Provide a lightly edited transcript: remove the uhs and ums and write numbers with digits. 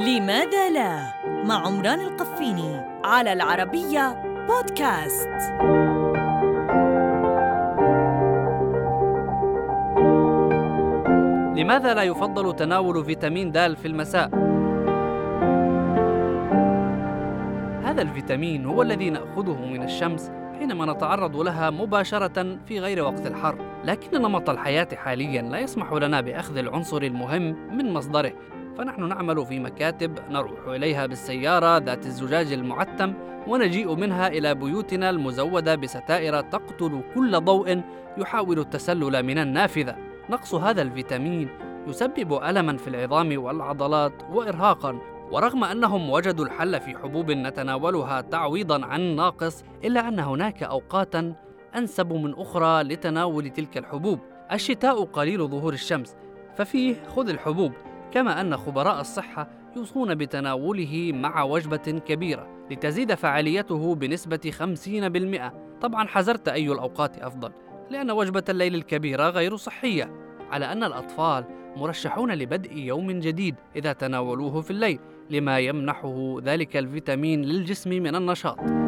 لماذا لا؟ مع عمران القفيني على العربية بودكاست. لماذا لا يفضل تناول فيتامين د في المساء؟ هذا الفيتامين هو الذي نأخذه من الشمس حينما نتعرض لها مباشرة في غير وقت الحر، لكن نمط الحياة حالياً لا يسمح لنا بأخذ العنصر المهم من مصدره، فنحن نعمل في مكاتب نروح إليها بالسيارة ذات الزجاج المعتم، ونجيء منها إلى بيوتنا المزودة بستائر تقتل كل ضوء يحاول التسلل من النافذة. نقص هذا الفيتامين يسبب ألماً في العظام والعضلات وإرهاقاً، ورغم أنهم وجدوا الحل في حبوب نتناولها تعويضاً عن ناقص، إلا أن هناك أوقاتاً أنسب من أخرى لتناول تلك الحبوب. الشتاء قليل ظهور الشمس، ففيه خذ الحبوب، كما أن خبراء الصحة يوصون بتناوله مع وجبة كبيرة لتزيد فعاليته بنسبة 50%. طبعاً حذرت أي الأوقات أفضل، لأن وجبة الليل الكبيرة غير صحية، على أن الأطفال مرشحون لبدء يوم جديد إذا تناولوه في الليل، لما يمنحه ذلك الفيتامين للجسم من النشاط.